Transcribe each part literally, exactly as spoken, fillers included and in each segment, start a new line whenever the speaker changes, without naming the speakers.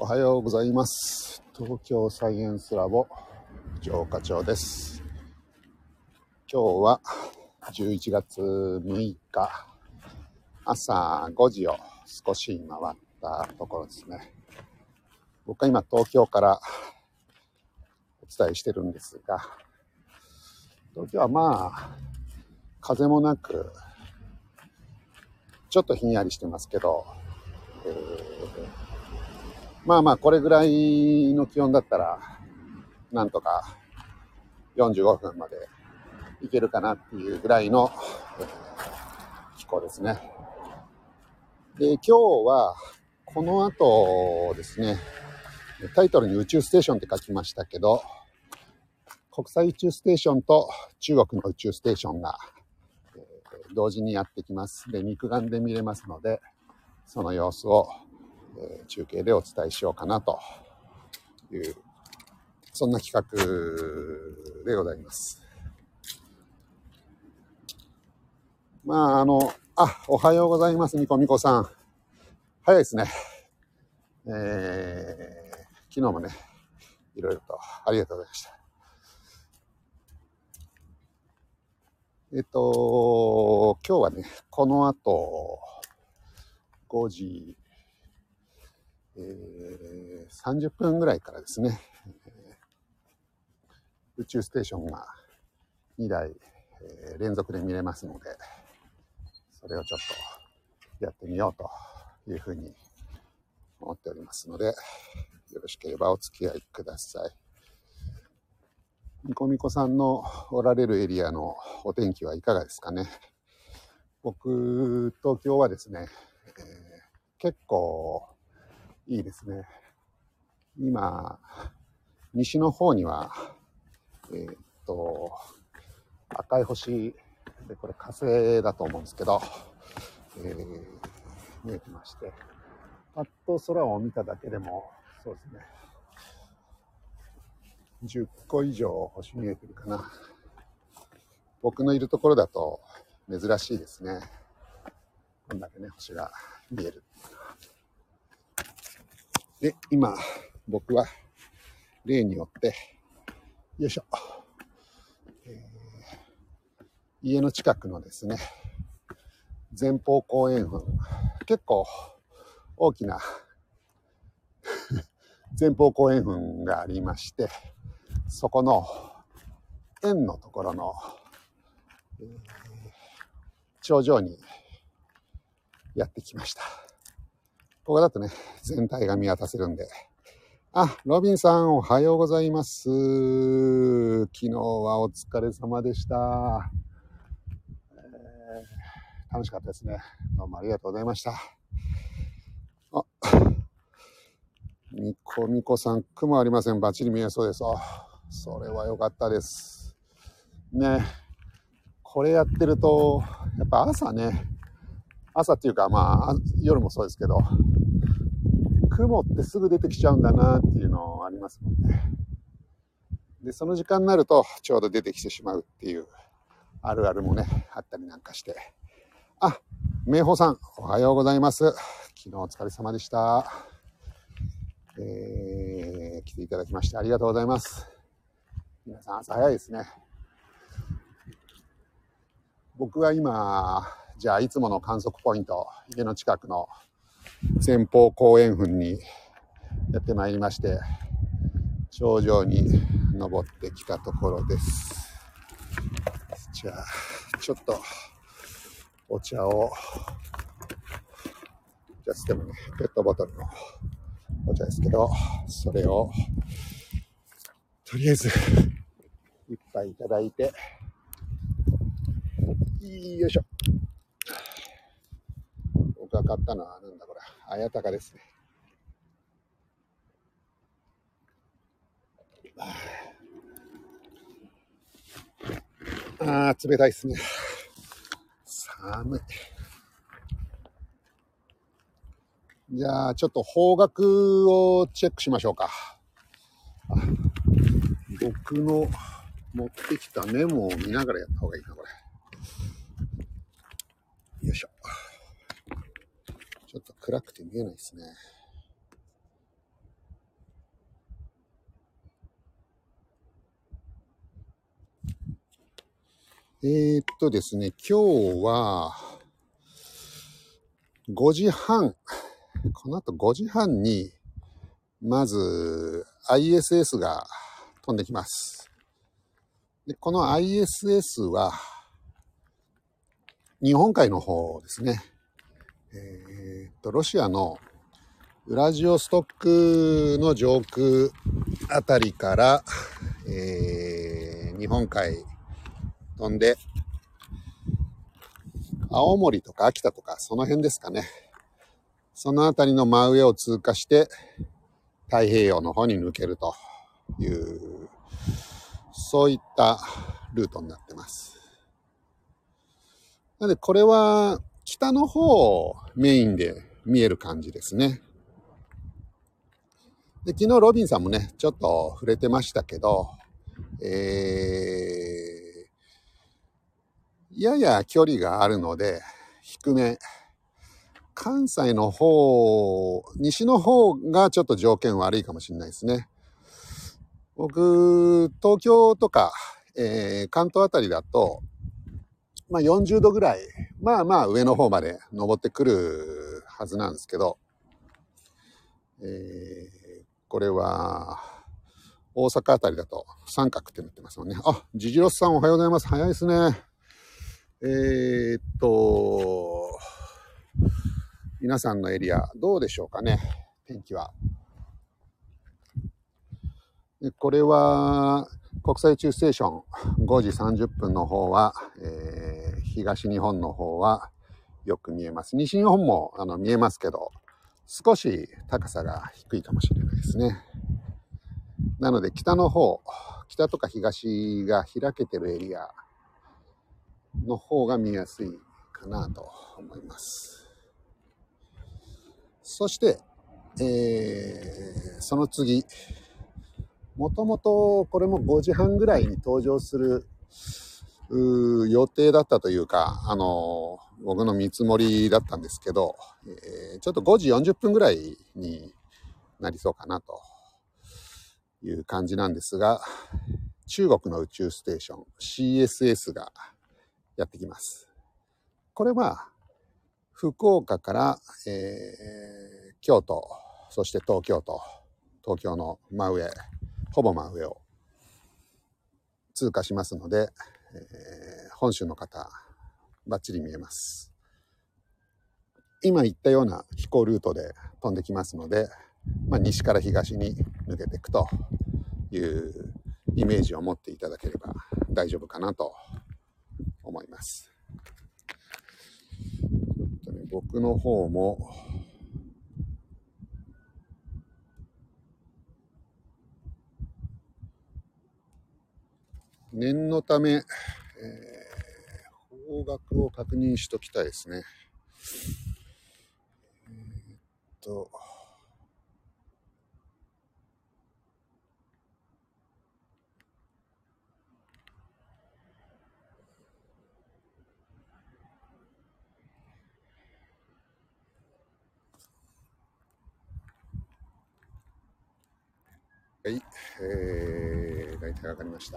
おはようございます。東京サイエンスラボ城下町です。今日はじゅういちがつむいか朝ごじを少し回ったところですね。僕は今東京からお伝えしてるんですが、東京はまあ風もなくちょっとひんやりしてますけど、えー、まあまあこれぐらいの気温だったらなんとかよんじゅうごふんまでいけるかなっていうぐらいの、えー、気候ですね。で、今日はこの後ですね、タイトルに宇宙ステーションって書きましたけど、国際宇宙ステーションと中国の宇宙ステーションが、えー、同時にやってきます。で、肉眼で見れますので、その様子を、えー、中継でお伝えしようかなという、そんな企画でございます。まあ、あの、あ、おはようございます、みこみこさん。早いですね。えー、昨日もね、いろいろとありがとうございました。えっと、今日はね、この後、ごじ、えー、さんじゅっぷんぐらいからですね、えー、宇宙ステーションがにだい、えー、連続で見れますので、それをちょっとやってみようというふうに思っておりますので、よろしければお付き合いください。みこみこさんのおられるエリアのお天気はいかがですかね。僕、東京はですね、えー、結構いいですね。今、西の方には、えー、っと、赤い星で、これ火星だと思うんですけど、えー、見えてまして、パッと空を見ただけでも、そうですね、じゅっこ以上星見えてるかな。僕のいるところだと珍しいですね。こんだけね、星が見える。で、今、僕は例によって、よいしょ、えー、家の近くのですね、前方後円墳、結構大きな前方後円墳がありまして、そこの円のところの、えー、頂上にやってきました。ここだとね、全体が見渡せるんで。あ、ロビンさんおはようございます。昨日はお疲れ様でした。えー、楽しかったですね。どうもありがとうございました。あ、みこみこさん、雲ありません。バッチリ見えそうです。あ、それは良かったです。ね、これやってると、やっぱ朝ね、朝っていうかまあ、夜もそうですけど、雲ってすぐ出てきちゃうんだなっていうのありますもんね。で、その時間になるとちょうど出てきてしまうっていうあるあるもね、あったりなんかして。あ、明宝さん、おはようございます。昨日お疲れ様でした。えー、来ていただきましてありがとうございます。皆さん朝早いですね。僕は今、じゃあいつもの観測ポイント、家の近くの前方後円墳にやってまいりまして、頂上に登ってきたところです。じゃあちょっとお茶を、じゃあでもね、ペットボトルのお茶ですけど、それをとりあえず一杯いただいて、よいしょ。僕が買ったのはなんだこれ、あやたかですね。あー、冷たいですね。寒い。じゃあちょっと方角をチェックしましょうか。僕の持ってきたメモを見ながらやった方がいいな、これ。よいしょ。ちょっと暗くて見えないですね。 えー、っとですね、今日はごじはん、この後ごじはんに、まず アイエスエス が飛んできます。で、この アイエスエス は日本海の方ですね。えー、っと、ロシアのウラジオストックの上空あたりから、えー、日本海飛んで、青森とか秋田とかその辺ですかね。そのあたりの真上を通過して太平洋の方に抜けるという、そういったルートになってます。なのでこれは北の方をメインで見える感じですね。で、昨日ロビンさんもね、ちょっと触れてましたけど、えーやや距離があるので低め、関西の方、西の方がちょっと条件悪いかもしれないですね。僕、東京とか、えー、関東あたりだと、まあよんじゅうどぐらい、まあまあ上の方まで登ってくるはずなんですけど、えー、これは大阪あたりだと三角ってなってますもんね。あ、ジジロスさんおはようございます。早いですね。えー、っと、皆さんのエリアどうでしょうかね、天気は。でこれは国際宇宙ステーションごじさんじゅっぷんの方は、えー、東日本の方はよく見えます。西日本もあの見えますけど、少し高さが低いかもしれないですね。なので北の方、北とか東が開けてるエリアの方が見やすいかなと思います。そして、えー、その次、もともとこれもごじはんぐらいに登場する予定だったというか、あの僕の見積もりだったんですけど、えー、ちょっとごじよんじゅっぷんぐらいになりそうかなという感じなんですが、中国の宇宙ステーション シーエスエス がやってきます。これは福岡から、えー、京都、そして東京都、東京の真上、ほぼ真上を通過しますので、えー、本州の方バッチリ見えます。今言ったような飛行ルートで飛んできますので、まあ、西から東に抜けていくというイメージを持っていただければ大丈夫かなと思います。ちょっとね、僕の方も念のため、えー、方角を確認しときたいですね。えー、っとはい、えー、大体わかりました。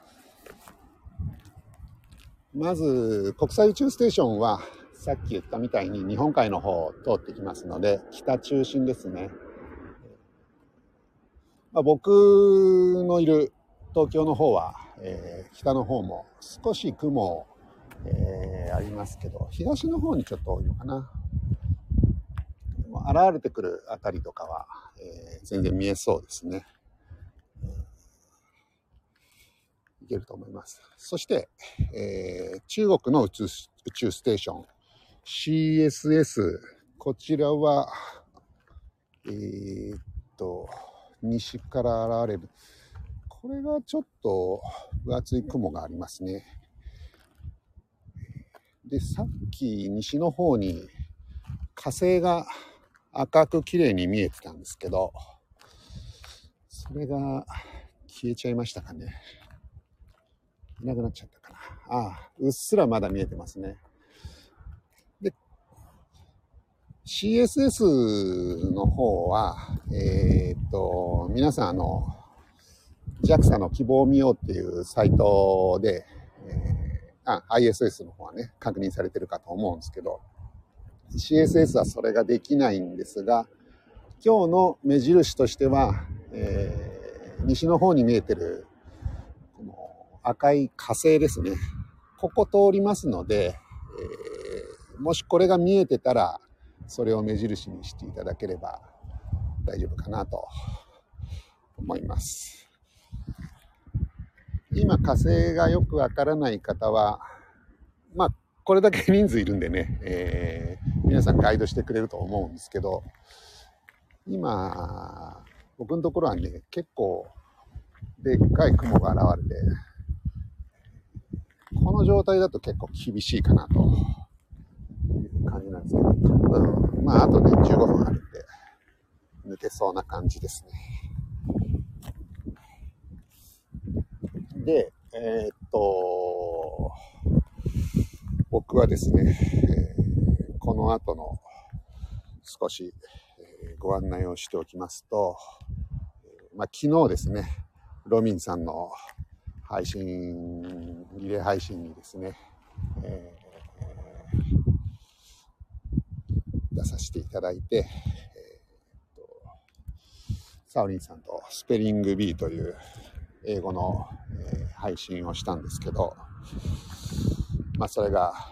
まず国際宇宙ステーションはさっき言ったみたいに日本海の方を通ってきますので、北中心ですね。まあ、僕のいる東京の方は、えー、北の方も少し雲、えー、ありますけど、東の方にちょっと多いのかな。現れてくるあたりとかは、えー、全然見えそうですね。いけると思います。そして、えー、中国の宇宙、宇宙ステーション シーエスエス、こちらはえー、っと西から現れる、これがちょっと分厚い雲がありますね。で、さっき西の方に火星が赤く綺麗に見えてたんですけど、それが消えちゃいましたかね。いなくなっちゃったかな。ああ、うっすらまだ見えてますね。で、シーエスエス の方は、えー、っと、皆さんあの、ジャクサ の希望を見ようっていうサイトで、えあ、アイエスエス の方はね、確認されてるかと思うんですけど、シーエスエス はそれができないんですが、今日の目印としては、えー、西の方に見えてるこの赤い火星ですね。ここ通りますので、えー、もしこれが見えてたらそれを目印にしていただければ大丈夫かなと思います。今火星がよくわからない方は、まあこれだけ人数いるんでね、えー、皆さんガイドしてくれると思うんですけど、今僕のところはね、結構でっかい雲が現れて、この状態だと結構厳しいかなという感じなんですけど、うん、まああとねじゅうごふんあるんで抜けそうな感じですね。で、えー、っと僕はですね、えー、この後の少し、えー、ご案内をしておきますと、えーまあ、昨日ですね、ロミンさんの配信、リレー配信にですね、えー、出させていただいて、えー、とサオリンさんとスペリング ビー という英語の、えー、配信をしたんですけど、まあそれが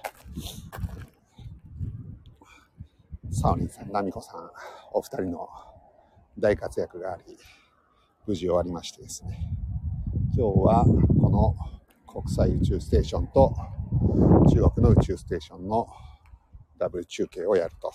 サオリンさん、ナミコさんお二人の大活躍があり無事終わりましてですね、今日はこの国際宇宙ステーションと中国の宇宙ステーションのダブル中継をやると。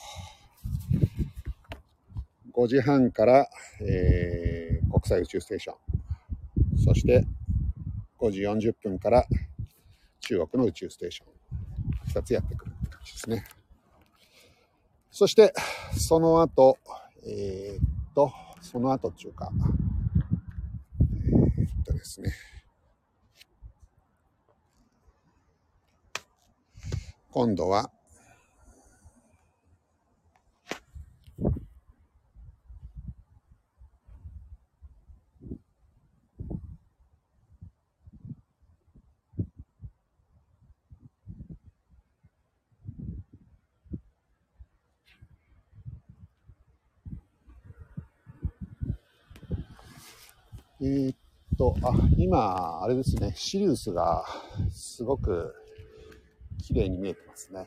ごじはんから、えー、国際宇宙ステーション、そしてごじよんじゅっぷんから中国の宇宙ステーション、ふたつやってくるって感じですね。そしてその後、えー、っとその後っていうか、えー、っとですね今度はえー、っとあ今あれですね、シリウスがすごく綺麗に見えてますね。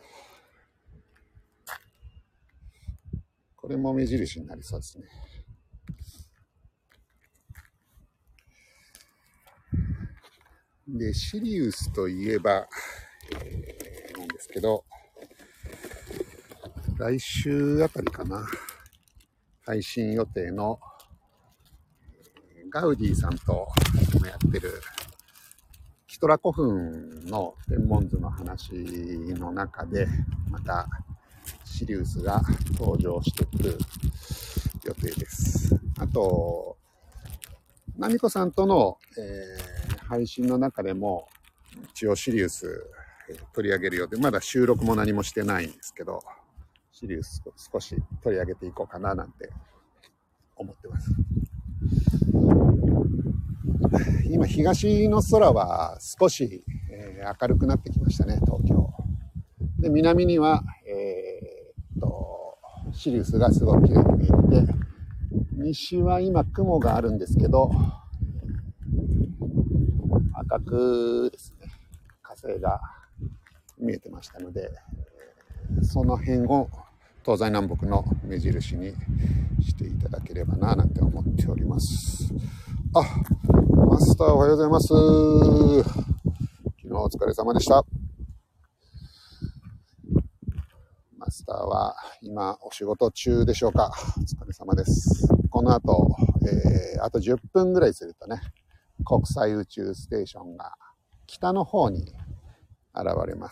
これも目印になりそうですね。でシリウスといえば、えー、なんですけど、来週あたりかな、配信予定のガウディさんとやってるキトラ古墳の天文図の話の中でまたシリウスが登場してくる予定です。あとナミコさんとの、えー、配信の中でも一応シリウス取り上げるようで、まだ収録も何もしてないんですけど、シリウス少し取り上げていこうかななんて思ってます。今東の空は少し、えー、明るくなってきましたね、東京で。南には、えー、っとシリウスがすごく綺麗に見えて、西は今雲があるんですけど赤くですね火星が見えてましたので、その辺を東西南北の目印にしていただければななんて思っております。あ、マスターおはようございます。昨日お疲れ様でした。マスターは今お仕事中でしょうか。お疲れ様です。この後、えー、あとじゅっぷんぐらいするとね、国際宇宙ステーションが北の方に現れます。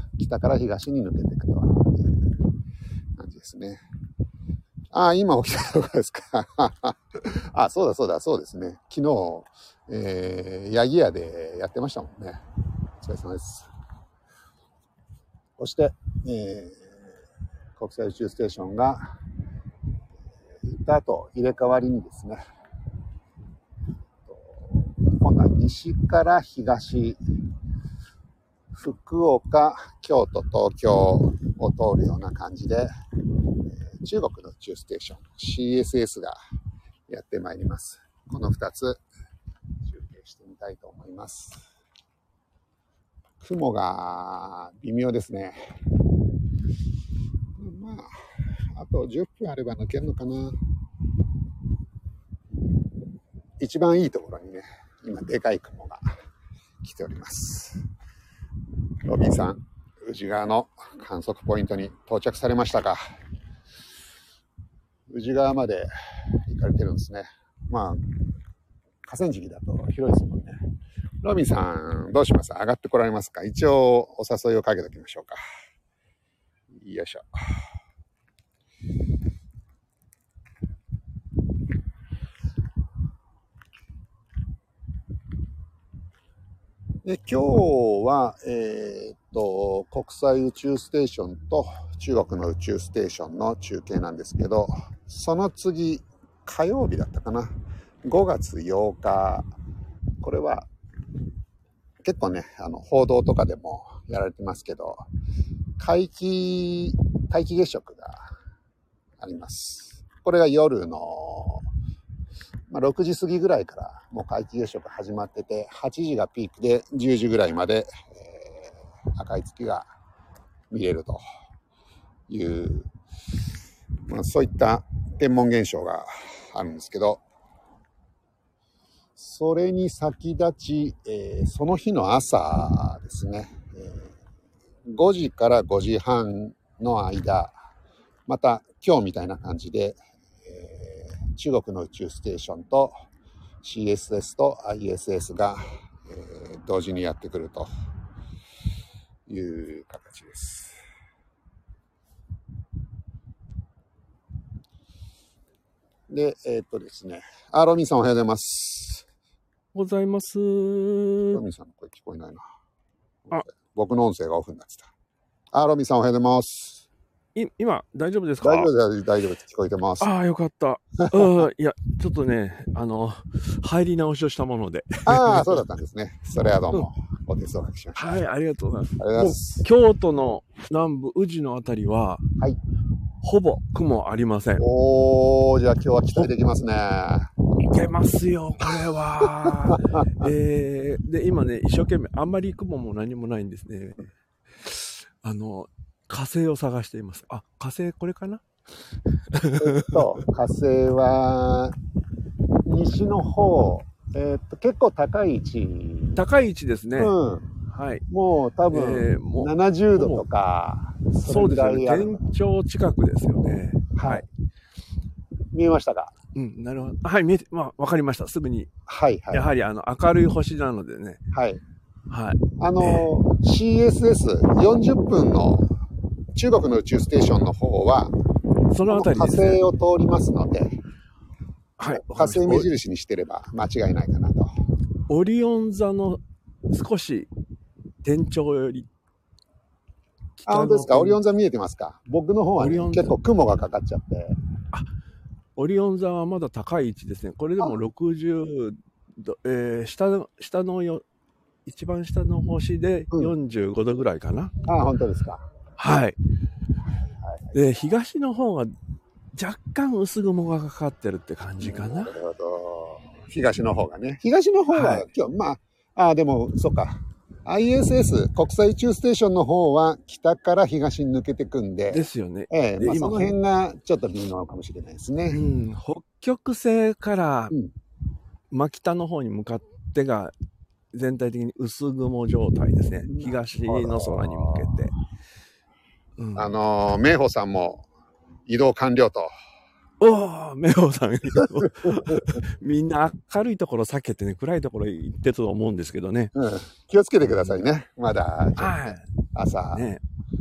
北から東に抜けていくという感じですね。ああ、今起きたところですか。あ、そうだそうだそうですね。昨日、えー、ヤギ屋でやってましたもんね。お疲れ様です。そして、えー、国際宇宙ステーションが行った後、入れ替わりにですね、今度は西から東、 福岡、京都、東京を通るような感じで、えー、中国の宇宙ステーション シーエスエス がやってまいります。このふたつ中継してみたいと思います。雲が微妙ですね。まあ、あとじゅっぷんあれば抜けるのかな。一番いいところにね、今でかい雲が来ております。ロビンさん、宇治川の観測ポイントに到着されましたか？宇治川まで行かれてるんですね。まあ、河川敷だと広いですもんね。ロビンさん、どうします？上がってこられますか？一応お誘いをかけておきましょうか。よいしょ。で、今日は、えーっと、国際宇宙ステーションと中国の宇宙ステーションの中継なんですけど、その次、火曜日だったかな。ごがつようか。これは、結構ね、あの、報道とかでもやられてますけど、皆既、皆既月食があります。これが夜の、まあ、ろくじ過ぎぐらいからもう皆既月食始まってて、はちじがピークでじゅうじぐらいまで、えー、赤い月が見れるという、まあ、そういった天文現象があるんですけど、それに先立ち、えー、その日の朝ですね、えー、ごじからごじはんの間、また今日みたいな感じで、中国の宇宙ステーションと シーエスエス と アイエスエス が、えー、同時にやってくるという形です。で、えー、っとですね。あ、ロミンさんおはようございます。
ございます。
ロミンさんの声聞こえないな。
あ、
僕の音声がオフになってた。あ、ロミンさんおはようございます。
い今大丈夫ですか？
大丈夫です、大丈夫です。聞こえてます。
ああ、よかった。うん、いや、ちょっとね、あの、入り直しをしたもので。
ああ、そうだったんですね。それはどうも、お手数おかけしました。
はい、ありがとうございます。
ありがとうございます。
京都の南部、宇治のあたりは、
はい。
ほぼ雲ありません。
おー、じゃあ今日は期待できますね。
いけますよ、これは。えー、で、今ね、一生懸命、あんまり雲も何もないんですね。あの、火星を探しています。あ、火星これかな？
えっと、火星は、西の方、えっと、結構高い位置。
高い位置ですね。
うん。
はい。
もう多分、えー、もうななじゅうどとか、
そうですよね。天頂近くですよね。
はい。見えましたか？
うん、なるほど。はい、見えて、まあ、わかりました。すぐに。
はいはい。
やはり、あの、明るい星なのでね。
はい。
はい。
あの、えー、シーエスエスよんじゅっぷんの中国の宇宙ステーションの方は、
そのあたりですね、
火星を通りますので、
はい。
火星目印にしてれば間違いないかなと。
オリオン座の少し天頂より。
あ、本当ですか？オリオン座見えてますか？僕の方は、ね、結構雲がかかっちゃって。
あ、オリオン座はまだ高い位置ですね。これでもろくじゅうど、えー、下の、下のよ、一番下の星でよんじゅうごどぐらいかな。
うん、あ、本当ですか？
はい。で、東の方が若干薄雲がかかってるって感じかな。
なるほど。東の方がね。東の方は、はい、今日、まあ、あ、でも、そっか。アイエスエス、国際宇宙ステーションの方は北から東に抜けてくんで。
ですよね。
ええ、まあ、その辺がちょっと微妙かもしれないですね。
うん、北極星から、真北の方に向かってが全体的に薄雲状態ですね。東の空に向けて。
うん、あのー、明宝さんも移動完了と。
おお、明宝さん。みんな明るいところ避けてね、暗いところ行ってると思うんですけどね。
うん、気をつけてくださいね。まだ、
はい、
朝、ね、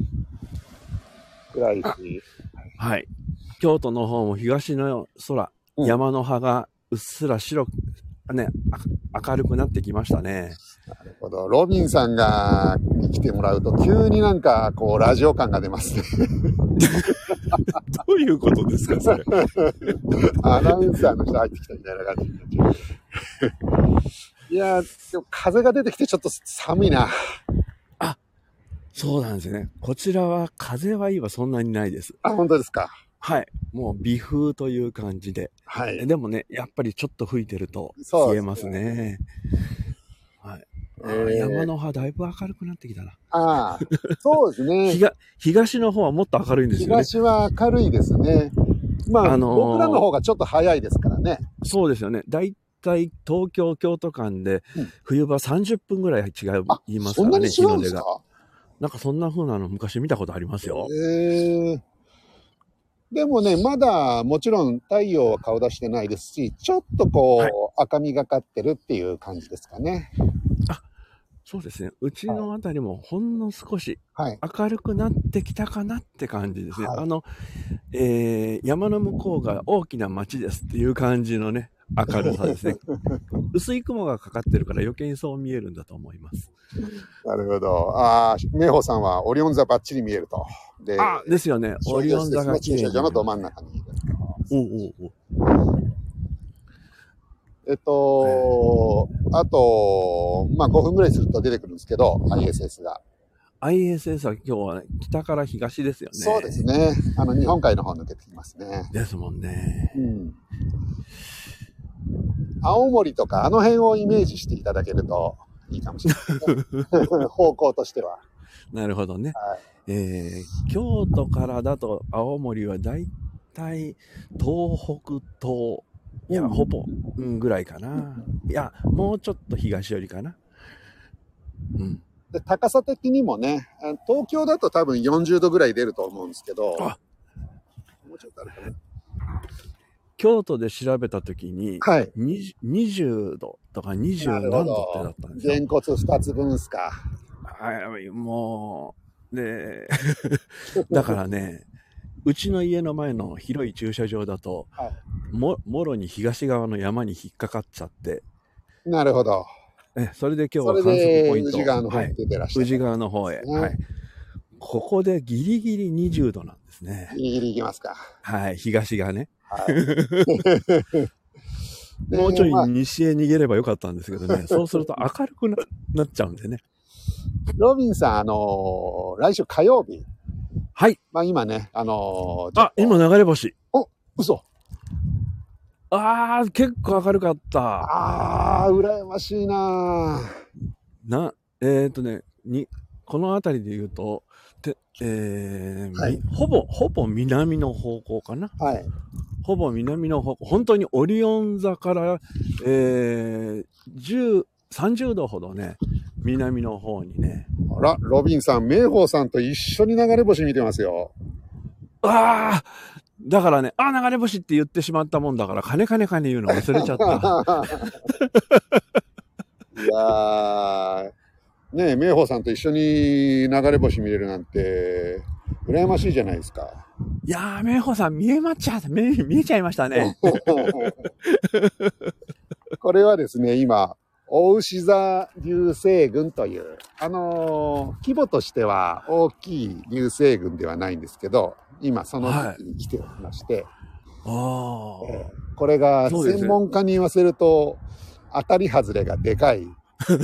暗いし。
はい。京都の方も東の空、うん、山の葉がうっすら白く、ね、明るくなってきましたね。
なるほど。ロビンさんが来てもらうと急になんかこうラジオ感が出ますね。
どういうことですかそれ。
アナウンサーの人入ってきたみたいな感じになっちゃう。いやー、でも風が出てきてちょっと寒いな。
あ、 そうなんですね。こちらは風は今そんなにないです。
あ、本当ですか。
はい。もう微風という感じで。
はい。
でもね、やっぱりちょっと吹いてると
そうですね。
冷えますね。はい。
えー、
山の葉だいぶ明るくなってきたな。
ああ、そうですね。
東、東の方はもっと明るいんですよね。
東は明るいですね。まあ、あのー、僕らの方がちょっと早いですからね。
そうですよね。だいたい東京、京都間で冬場さんじゅっぷんぐらい違い言いますからね、日の出が。なんかそんな風なの昔見たことありますよ。
へえ。でもね、まだもちろん太陽は顔出してないですし、ちょっとこう、はい、赤みがかってるっていう感じですかね。
あ、そうですね。うちのあたりもほんの少し明るくなってきたかなって感じですね。はい、あの、えー、山の向こうが大きな町ですっていう感じのね、明るさですね。薄い雲がかかってるから余計にそう見えるんだと思います。
なるほど。ああ、明宝さんはオリオン座バッチリ見えると。
で、あ、ですよね。オリオン座が
駐車場のど真ん中にいる。おうおうおう。えっと、あと、まあごふんぐらいすると出てくるんですけど、アイエスエス が。
アイエスエス は今日は、ね、北から東ですよね。
そうですね。あの、日本海の方抜けてきますね。
ですもんね。うん。
青森とかあの辺をイメージしていただけるといいかもしれない、ね。方向としては。
なるほどね。はい、えー、京都からだと青森はだいたい東北東、いや、うん、ほぼ、うん、ぐらいかな。いや、もうちょっと東寄りかな。
うん。で、高さ的にもね、東京だと多分よんじゅうどぐらい出ると思うんですけど、あ、もうちょっとあるかな。
京都で調べたときに、はい、にじゅうどとかにじゅう何度ってだったんですよ。
げんこつふたつぶんすか。
はい、もう、で、だからね、うちの家の前の広い駐車場だと、はい、も、もろに東側の山に引っかかっちゃって。
なるほど。
え、それで今日は観測ポイント。
宇治川の方に出てらっしゃる、
はい、宇治川の方へ。はい。ここでギリギリにじゅうどなんですね。
ギリギリ行きますか。
はい、東がね。はい、もうちょい西へ逃げればよかったんですけどね、そうすると明るく な, なっちゃうんでね。
ロビンさん、あのー、来週火曜日。
はい。
まあ今ね、あの
ー、あ、今流れ星。
お、嘘。
あー、結構明るかった。
あー、羨ましいな
な、えーっとね、に、この辺りで言うと、てえーはい、ほぼ、ほぼ南の方向かな。
はい。
ほぼ南の方向。本当にオリオン座から、えー、じゅう、さんじゅうどほどね、南の方にね。
あら、ロビンさん、明宝さんと一緒に流れ星見てますよ。
ああだからね、あ、流れ星って言ってしまったもんだから、金金金言うの忘れちゃった。
いやー、ねえ、明宝さんと一緒に流れ星見れるなんて、羨ましいじゃないですか。
いやー、明宝さん見えまっちゃ、見え、見えちゃいましたね。
これはですね、今、大牛座流星群という、あのー、規模としては大きい流星群ではないんですけど、今その時期に来ておりまして、はい、えー、これが専門家に言わせると、当たり外れがでかい。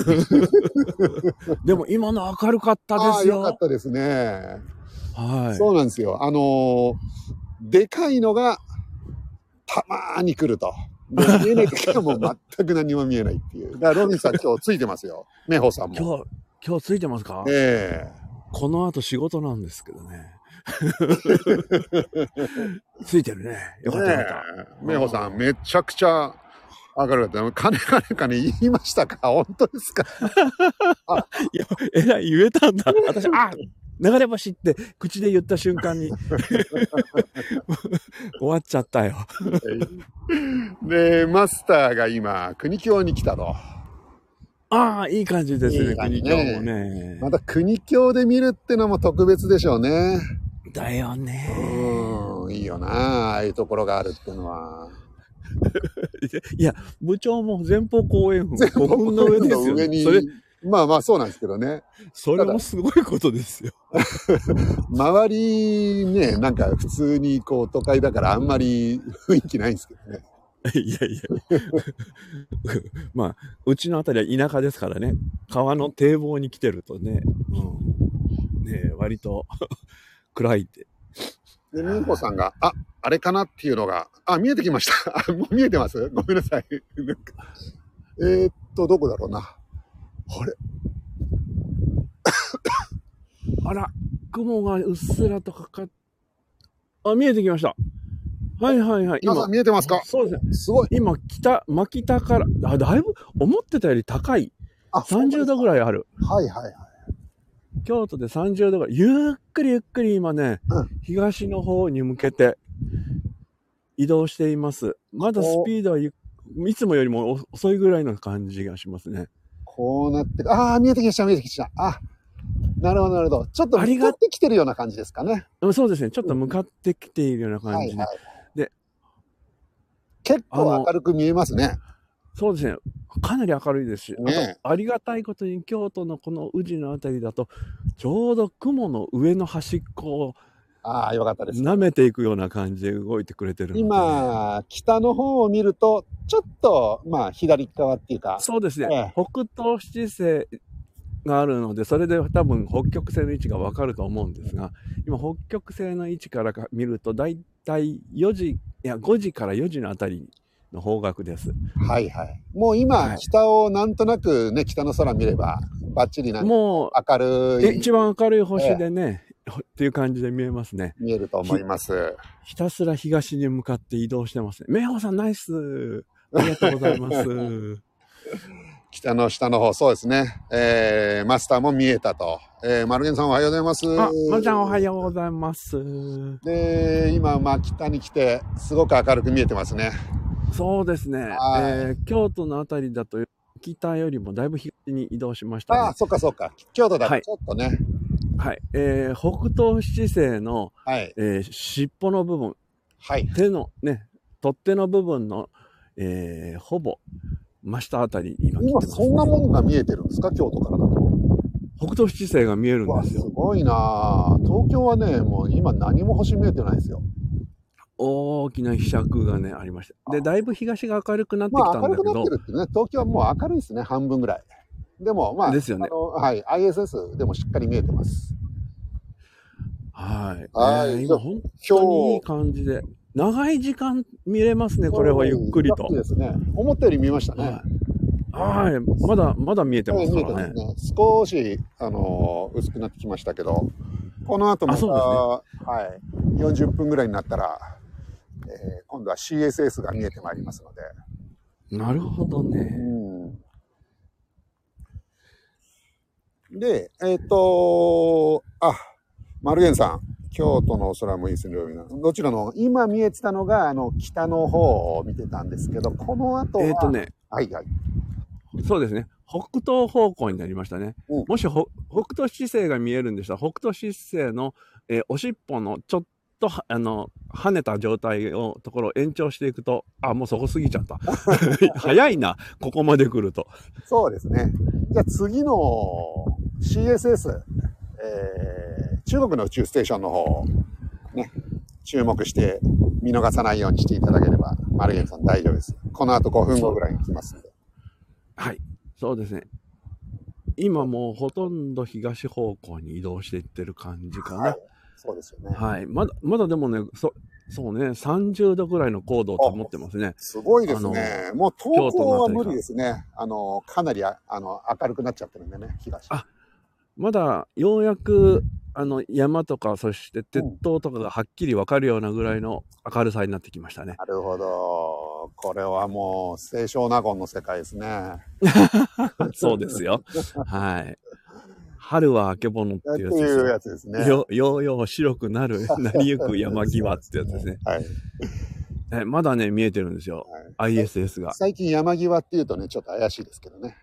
でも今の明るかったですよ。
ああ、よかったですね。
はい。
そうなんですよ。あのー、でかいのがたまーに来ると。見えない時はもう全く何も見えないっていう。だからロビンさん今日ついてますよ。明宝さんも。
今日、今日ついてますか？
ええー。
この後仕事なんですけどね。ついてるね。よかったよかった。
明宝さんめちゃくちゃ明るかった。金金金言いましたか？本当ですか？
あ、いや、えらい言えたんだ。私、あ、流れ星って口で言った瞬間に終わっちゃったよ。
で、マスターが今、国境に来たと。
ああ、いい感じですね、国境もね。
また国境で見るってのも特別でしょうね。
だよね。
うん、いいよな、ああいうところがあるっていうのは。
いや、部長も前方後円墳ごふんの上ですよね。それ
まあまあそうなんですけどね。
それもすごいことですよ。
周りね、なんか普通にこう都会だからあんまり雰囲気ないんですけどね。
いやいや。まあ、うちのあたりは田舎ですからね。川の堤防に来てるとね。うん、 ね、割と暗いって。
で、みんこさんが、あ、あれかなっていうのが、あ、見えてきました。あ、もう見えてます？ごめんなさい。えーっと、どこだろうな。あれ
あら、雲がうっすらとかかっ、あ、見えてきました。はいはいはい。
皆さん見えてますか？
そうですね。
すごい。
今、北、真北から、あ、だいぶ、思ってたより高い。
あ、
さんじゅうどぐらいある。
はいはいはい。
京都でさんじゅうどぐらい。ゆっくりゆっくり今ね、
うん、
東の方に向けて移動しています。まだスピードはいつもよりも遅いぐらいの感じがしますね。
こうなってああ、見えてきました、見えてきました。あ、なるほど、なるほど。ちょっと向かってきてるような感じですかね。
そうですね。ちょっと向かってきているような感じで。うんはいはい、で、
結構明るく見えますね。
そうですね。かなり明るいですし、ね、あとありがたいことに京都のこの宇治のあたりだと、ちょうど雲の上の端っこを
ああ、よかったです。
舐めていくような感じで動いてくれてるので、ね、
今、北の方を見ると、ちょっと、まあ、左側っていうか。
そうですね。ええ、北東七星があるので、それで多分北極星の位置がわかると思うんですが、今、北極星の位置から見ると、だいたいよじ、いや、ごじからよじのあたりの方角です。
はいはい。もう今、はい、北をなんとなくね、北の空見れば、バッチリなんかもう明るい。
一番明るい星でね、ええ、っていう感じで見えますね。
見えると思います。
ひ, ひたすら東に向かって移動してますね。明宝さんナイス。ありがとうございます。
北の下の方、そうですね。えー、マスターも見えたと。えー、マルゲンさんおはようございます。
あ、マルちゃんおはようございます。
で、今、まあ、北に来て、すごく明るく見えてますね。
そうですね。えー、京都のあたりだと、北よりもだいぶ東に移動しましたね。
ああ、そっかそっか。京都だとちょっとね。はい
はい、えー、北東七星の、はいえー、尻尾の部分、はい、手のね、取っ手の部分の、えー、ほぼ真下あたりに今来てます、ね。
今そんなものが見えてるんですか、京都からだと。
北東七星が見えるんですよ。
すごいな。東京はね、もう今何も星見えてないですよ。
大きな被釈がね、ありました。で、だいぶ東が明るくなってきたんだけど。まあ、明るくなってるってね、東京はもう明るいですね、半分ぐらい。でも、まあ、ですよね。
はい、アイエスエス でもしっかり見えてます。
はい。はい、えー、今、本当にいい感じで、長い時間見れますね、これはゆっくりと。
いいですね。思ったより見ましたね。
はい。はい、まだ、まだ見えてますからね。
見えてますね。少し、あのー、薄くなってきましたけど、この後また、ね、はい、よんじゅっぷんぐらいになったら、えー、今度は シーエスエス が見えてまいりますので。
なるほどね。
うんで、えっ、ー、とあ、マルゲンさん、京都のお空もいいですね。どちらの、今見えてたのが、あの、北の方を見てたんですけど、この後は、
えっ、ー、とね、
はいはい。
そうですね。北東方向になりましたね。うん、もし北東七星が見えるんでしたら、北東七星の、えー、おしっぽのちょっと、あの、跳ねた状態を、ところを延長していくと、あ、もうそこ過ぎちゃった。早いな、ここまで来ると。
そうですね。じゃあ次の シーエスエス、えー、中国の宇宙ステーションの方、ね、注目して見逃さないようにしていただければ、マルゲンさん大丈夫です。この後ごふんごぐらいに来ますんで。
はい、そうですね。今もうほとんど東方向に移動していってる感じかな。はい、
そうですよね。
はい。まだ、まだでもね、そ、そうね、さんじゅうどぐらいの高度を保ってますね。
すごいですね。もう東京は無理ですね。あの、かなりああの明るくなっちゃってるんでね、東。
あ、まだようやく、あの、山とか、そして鉄塔とかがはっきり分かるようなぐらいの明るさになってきましたね。
なるほど。これはもう、清少納言の世界ですね。
そうですよ。はい。春はあけぼのっていうやつです。
いうやつですね。
よ、ようよう白くなる、なりゆく山際ってやつですね。
はい。
え、まだね、見えてるんですよ。はい、アイエスエス が。
最近山際っていうとね、ちょっと怪しいですけどね。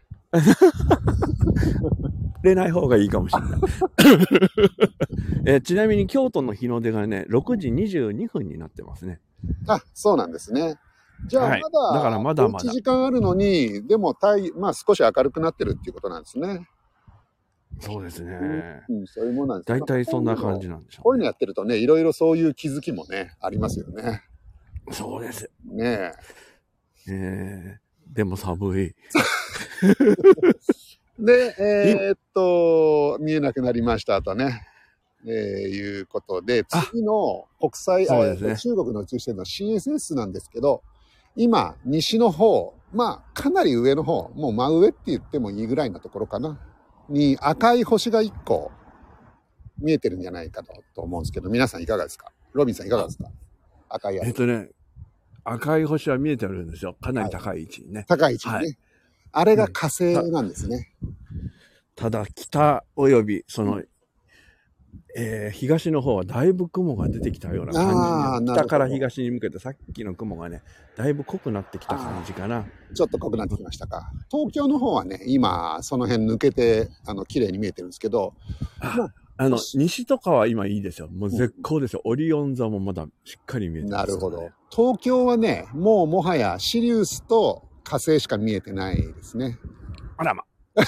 触れない方がいいかもしれない。えちなみに京都の日の出がね、ろくじにじゅうにふんになってますね。
あ、そうなんですね。じゃあまだ、はい、だからまだまだいちじかんあるのに、でも太、まあ少し明るくなってるっていうことなんですね。
そうですね。
うん、そういうものなんです。
大体そんな感じなんでしょう、ね。
こういうのやってるとね、いろいろそういう気づきもね、ありますよね。
そうです。
ね
え。えー、でも寒い。
で、えー、っと、見えなくなりましたとね。 えー、いうことで、次の国際、
そうですね
あ中国の宇宙視点の シーエスエス なんですけど、今、西の方、まあ、かなり上の方、もう真上って言ってもいいぐらいのところかな、に赤い星がいっこ見えてるんじゃないかとと思うんですけど、皆さんいかがですか？ロビンさんいかがですか？赤いやつ。
えっとね、赤い星は見えてるんですよ。かなり高い位置にね。
高い位置にね。
はい
あれが火星なんですね。
ただ、北および、その、えー東の方はだいぶ雲が出てきたような
あー
感じ
なるほど
で、北から東に向けてさっきの雲がね、だいぶ濃くなってきた感じかな。
ちょっと濃くなってきましたか。東京の方はね、今、その辺抜けて、あの、綺麗に見えてるんですけど、
ああの、西とかは今いいですよ。もう絶好ですよ。オリオン座もまだしっかり見えてます、ね。
なるほど。東京はね、もうもはやシリウスと火星しか見えてないですね。
あらま。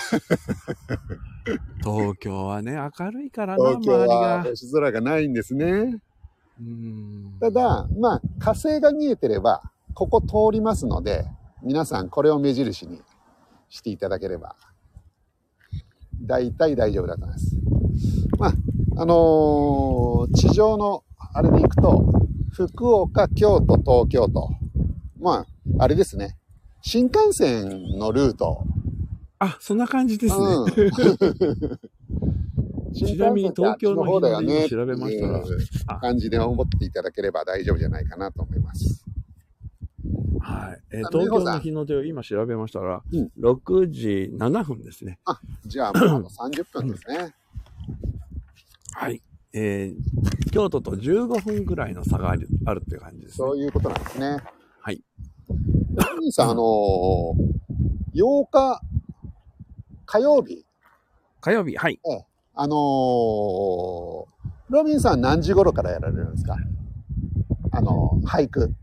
東京はね、明るいからな、
東京
周り
は
が。
星空がないんですね。
うーん
ただ、まあ、火星が見えてれば、ここ通りますので、皆さんこれを目印にしていただければ、大体大丈夫だと思います。まあ、あのー地上のあれで行くと、福岡、京都、東京と、まあ、あれですね。新幹線のルート。
あ、そんな感じですね。
うん、
ちなみに東京の
方だよね
日の出今調べましたら
っていう感じで思っていただければ大丈夫じゃないかなと思います。
はい。えー
あ
東京の日の出を今調べましたら、
うん
ろくじななふんですね。
あ、じゃあもうあとさんじゅっぷんですね。
はい。えー京都とじゅうごふんぐらいの差があるあるっていう感じですね
そ。ういうことなんですね。
はい。
ロビンさん、あのー、ようか火曜日、
火曜日、はい。
あのー、ロビンさん何時頃からやられるんですか？あのー、俳句。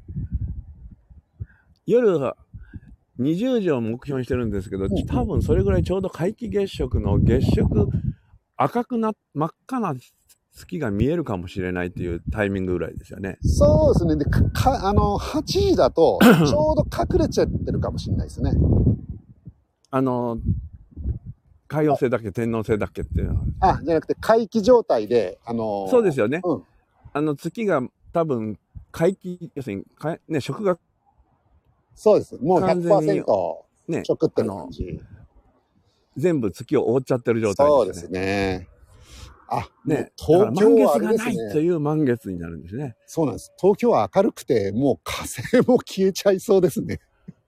夜はにじゅうじを目標にしてるんですけど、
ん
多分それぐらいちょうど皆既月食の月食、赤くな、真っ赤な月が見えるかもしれないっていうタイミングぐらいですよね。
そうですね。で、か、かあの、はちじだと、ちょうど隠れちゃってるかもしれないですね。
あの、海王星だっけ天王星だっけっていうのは。
あ、じゃなくて、皆既状態で、あのー
そうですよね。
うん。
あの月が多分皆既、要するにかね、食が
そうです。もう
完全に
ひゃくパーセント
ね、
食ってる感じ。
全部月を覆っちゃってる状態
そうです
ですね。
ね。あ、
ね、
もう東京はあ
だから満月がない
れですね。
という満月になるんですね。
そうなんです。東京は明るくて、もう火星も消えちゃいそうですね。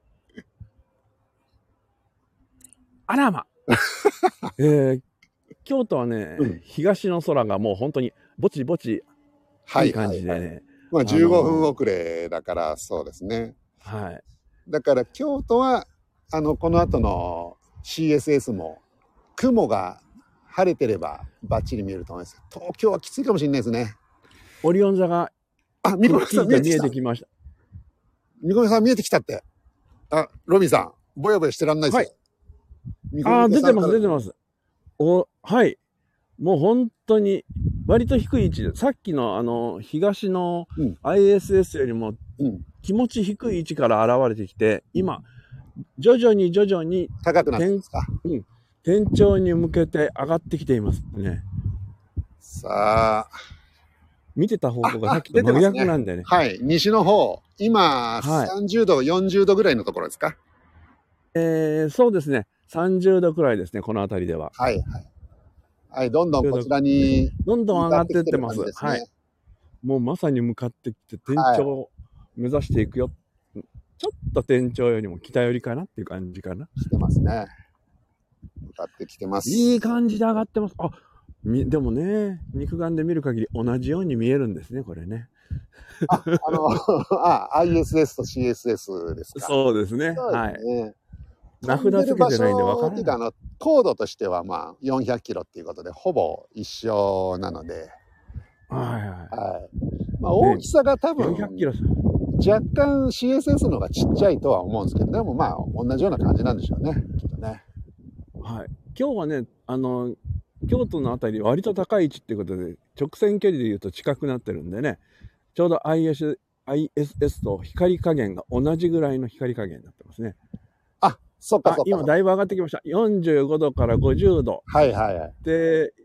あらま。えー、京都はね、
うん
東の空がもう本当にぼちぼちいい感じで
はいはい
ね。
まあじゅうごふん遅れだからそうですね。
はい。
だから京都は、あの、この後の シーエスエス も雲が晴れてればバッチリ見えると思います。東京はきついかもしれないですね。
オリオン座が
あ、三
くっ
上
きりと見え
さん見えてきた。
てきました。
三上さん見えてきたって。あ、ロビンさん、ぼやぼやしてらんないですよ。
ああ、出てます、出て
す。
ます。お、はい。もう本当に割と低い位置で、さっきのあの東の
うん
アイエスエス よりも
うん。
気持ち低い位置から現れてきて、今、徐々に徐々に
高くなってますか。
天頂に向けて上がってきていますね。
さあ、
見てた方向が
あ
さっきと真
出てますね
逆なんでね。
はい、西の方、今、
はい
さんじゅうど、よんじゅうどぐらいのところですか。
えー、そうですね。さんじゅうどくらいですね、この辺りでは。
はいはい。はい、どんどんこちらに
どんどん上がっていってます。
向かってきてる感じですね
はい。もうまさに向かってきて、天頂を目指していくよ。ちょっと天頂よりも北寄りかなっていう感じかな。
来てますね。向かってきてます。
いい感じで上がってます。あ、みでもね、肉眼で見る限り同じように見えるんですね、これね。
あ、あの、あ、アイエスエス と シーエスエス ですか。
そうですね。
そう
はい。
ですね。
名札つけてないんで分から
飛んでる場所っていうか、
ない。
あの、高度としてはまあよんひゃくキロっていうことで、ほぼ一緒なので、
はいは
はい。まあ大きさが多
い。
分、
よんひゃくキロ。
若干 シーエスエス の方がちっちゃいとは思うんですけど、でもまあ同じような感じなんでしょうね、きっとね。
はい。今日はね、あの、京都のあたり割と高い位置っていうことで、直線距離で言うと近くなってるんでね、ちょうど アイエスエス と光加減が同じぐらいの光加減になってますね。
あ、そっか
あ
そっか。
今だいぶ上がってきました。よんじゅうごどからごじゅうど。
はいはいはい。
で、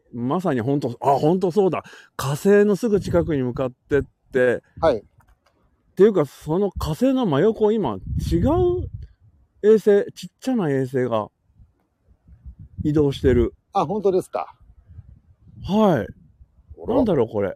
まさに本当、あ、本当そうだ。火星のすぐ近くに向かってって、
はい。
っていうか、その火星の真横、今、違う衛星、ちっちゃな衛星が移動してる。
あ、本当ですか。
はい。
お
なんだろう、これ。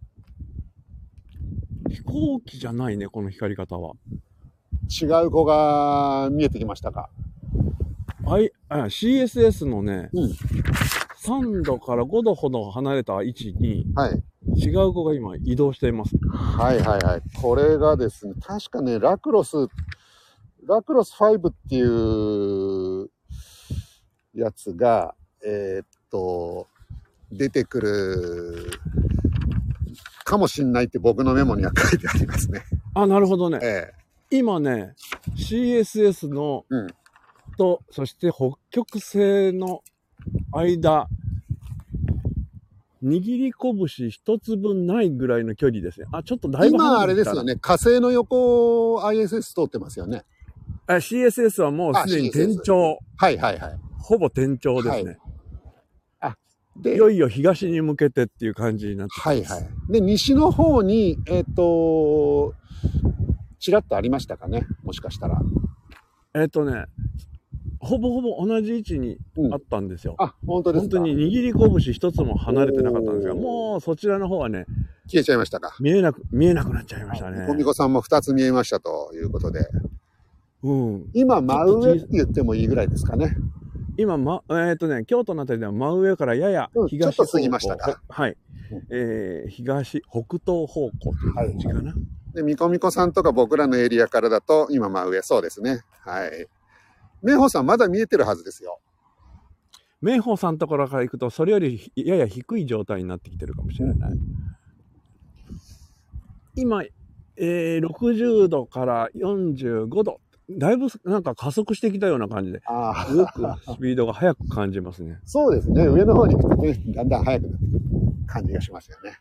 飛行機じゃないね、この光り方は。
違う子が見えてきましたか。
I、あ シーエスエス のね、
うん。
さんどからごどほど離れた位置に
はい。
違う子が今移動しています。
はいはいはい。これがですね、確かね、ラクロス、ラクロスファイブっていうやつが、えーっと、出てくるかもしんないって僕のメモには書いてありますね。
あ、なるほどね。
え
今ね、シーエスエス の、
え。うん。
と、そして北極星の間、握り拳一つ分ないぐらいの距離ですね。あ、ちょっとだいぶ
今あ
離れてきたな。
れですよね、火星の横を アイエスエス 通ってますよね。
あ シーエスエス はもうすでに天頂。
はいはいはい。
ほぼ天頂ですね。
はい、あ、で、
いよいよ東に向けてっていう感じになってきます。
はいはい。で、西の方に、えっ、と、ちらっとありましたかね、もしかしたら。
えっとね、ほぼほぼ同じ位置にあったんですよ。
うん、あ、本当ですか。
本当に握り拳一つも離れてなかったんですが、もうそちらの方はね、
消えちゃいましたか。
見えなく、見えなくなっちゃいましたね。
みこみこさんも二つ見えましたということで。
うん。
今、真上って言ってもいいぐらいですかね。
今、ま、えっ、とね、京都のあたりでは真上からやや東方向、うん、
ちょっと過ぎましたか。
はい。うん、えー、東、北東方向という感じかな。はいはい、
で、みこみこさんとか僕らのエリアからだと、今真上、そうですね。はい。明宝さんまだ見えてるはずですよ。
明宝さんのところから行くと、それよりやや低い状態になってきてるかもしれない。うん、今、えー、ろくじゅうどからよんじゅうごど。だいぶなんか加速してきたような感じで、すごくスピードが速く感じますね。
そうですね。上の方に行くとね、だんだん速くなってくる感じがしますよね。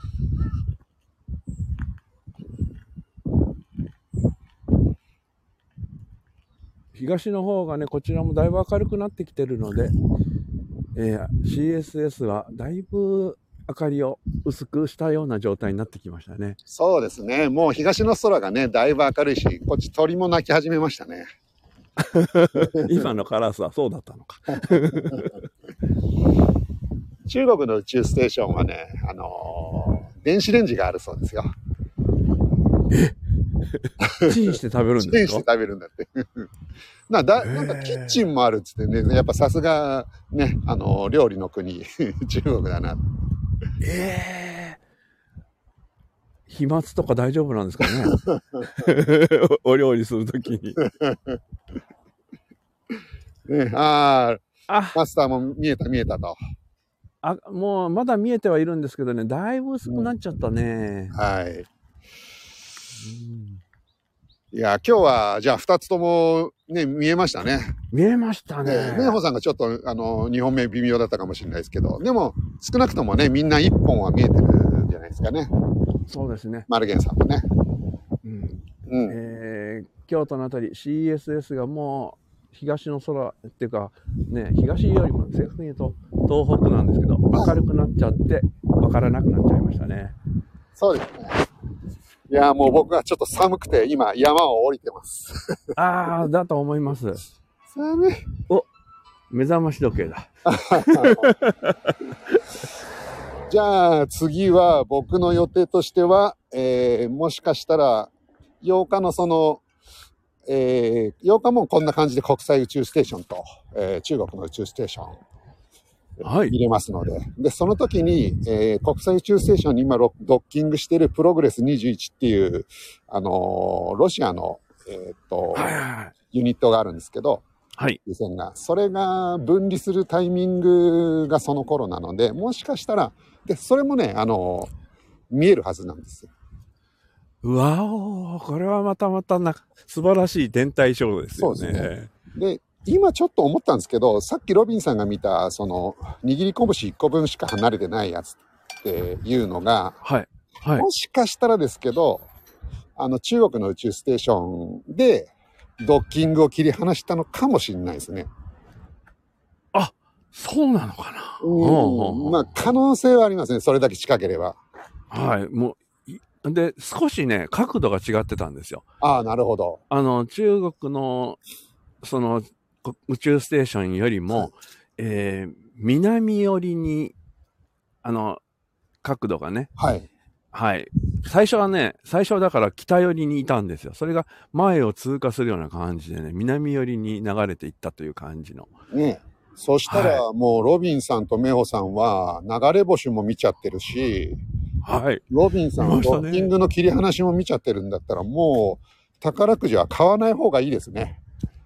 東の方がね、こちらもだいぶ明るくなってきてるので、えー、シーエスエス はだいぶ明かりを薄くしたような状態になってきましたね。
そうですね。もう東の空がね、だいぶ明るいし、こっち鳥も鳴き始めましたね。
今のカラスはそうだったのか。
中国の宇宙ステーションはね、あのー、電子レンジがあるそうですよ。
えチンして食べるんですか？
チンして食べるんだって。なだなんかキッチンもあるっつってね、やっぱさすがね、あのー、料理の国、中国だな。
ええー。飛沫とか大丈夫なんですかね？お料理するときに。
ね、ああ、マスターも見えた見えたと。
あ、もうまだ見えてはいるんですけどね、だいぶ薄くなっちゃったね。
うん、はい。うん、いや、今日はじゃあふたつともね、見えましたね。
見えましたね。
明宝さんがちょっとあのにほんめ微妙だったかもしれないですけど、でも少なくともね、みんないっぽんは見えてるんじゃないですかね。
そうですね。
マルゲンさんもね。
うんうん、えー、京都のあたり シーエスエス がもう東の空っていうかね、東よりも正確に言うと東北なんですけど、明るくなっちゃって分からなくなっちゃいましたね。
そうですね。いや、もう僕はちょっと寒くて今山を降りてます。
ああ、だと思います。
寒い。
お、目覚まし時計だ。
じゃあ次は僕の予定としては、えー、もしかしたらようかのその、えー、ようかもこんな感じで国際宇宙ステーションと、えー、中国の宇宙ステーション、はい、見れますので、で、その時に、えー、国際宇宙ステーションに今ドッキングしているプログレスにじゅういちっていう、あのー、ロシアの、えー、っと、はいはいはい、ユニットがあるんですけど、はい。宇線が。それが分離するタイミングがその頃なので、もしかしたら、で、それもね、あのー、見えるはずなんですよ。
うわお、これはまたまたな素晴らしい天体ショーですよね。そうですね。で、
今ちょっと思ったんですけど、さっきロビンさんが見た、その、握り拳いっこぶんしか離れてないやつっていうのが、はい。はい。もしかしたらですけど、あの、中国の宇宙ステーションで、ドッキングを切り離したのかもしれないですね。
あ、 そうなのかな。
うん。まあ、可能性はありますね。それだけ近ければ。
はい。もう、で、少しね、角度が違ってたんですよ。
ああ、なるほど。
あの、中国の、その、宇宙ステーションよりも、はい、えー、南寄りに、あの、角度がね。
はい。
はい。最初はね、最初はだから北寄りにいたんですよ。それが前を通過するような感じでね、南寄りに流れていったという感じの。
ね。そしたら、もうロビンさんとメホさんは流れ星も見ちゃってるし、
はい。
ロビンさんはドッキングの切り離しも見ちゃってるんだったら、もう宝くじは買わない方がいいですね。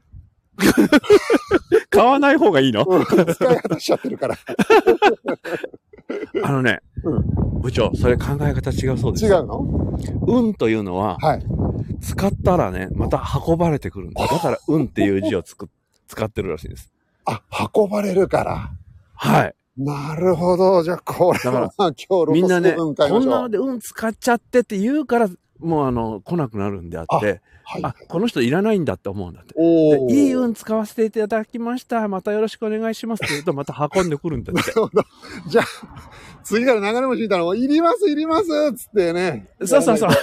買わない方がいいの？
使い果たしちゃってるから。
あのね、うん、部長、それ考え方違うそうです。
違うの？
運というのは、はい、使ったらね、また運ばれてくるんだ。だから運っていう字をつく使ってるらしいです。
あ、運ばれるから。
はい。
なるほど。じゃあ、これは今日ロトス
みんなね、こんなので運使っちゃってって言うから、もうあの、来なくなるんであって、あ、はいはい、あ、この人いらないんだって思うんだって。でいい運使わせていただきました。またよろしくお願いしますって言うと、また運んでくるんだって。なるほど。
じゃあ、次から流れ星見たら、いりますいりますつってね。
そうそうそう。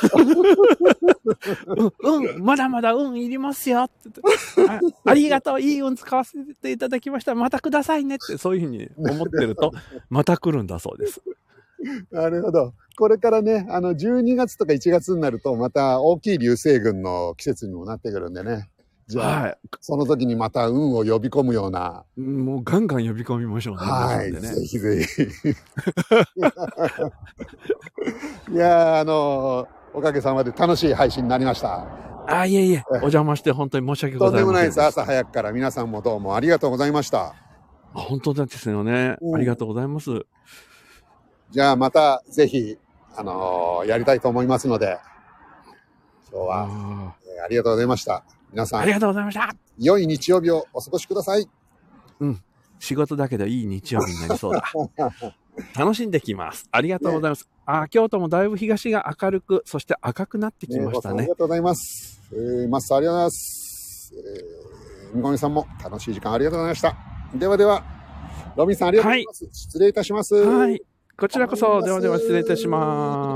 うん、うん、まだまだ運いりますよって言ってあ。ありがとう、いい運使わせていただきました。またくださいねって、そういうふうに思ってると、また来るんだそうです。
なるほど。これからね、あの、じゅうにがつとかいちがつになると、また大きい流星群の季節にもなってくるんでね。じゃあ、はい、その時にまた運を呼び込むような。
もうガンガン呼び込みましょうね。
はい、ね、ぜひぜひ。いやー、あのー、おかげさまで楽しい配信になりました。
あ、いえいえ、お邪魔して本当に申し訳ございません。
とんでもないです。朝早くから皆さんもどうもありがとうございました。
本当ですよね。うん、ありがとうございます。
じゃあまたぜひ、あのー、やりたいと思いますので、今日は、えー、ありがとうございました。皆さん。
ありがとうございました。
良い日曜日をお過ごしください。
うん。仕事だけどいい日曜日になりそうだ。楽しんできます。ありがとうございます。ね、あ、京都もだいぶ東が明るく、そして赤くなってきましたね。ね、
ありがとうございます。えー、マスターありがとうございます。えー、みこみさんも楽しい時間ありがとうございました。ではでは、ロビンさんありがとうございます。はい、失礼いたします。
はい。こちらこそ、ではでは失礼いたします。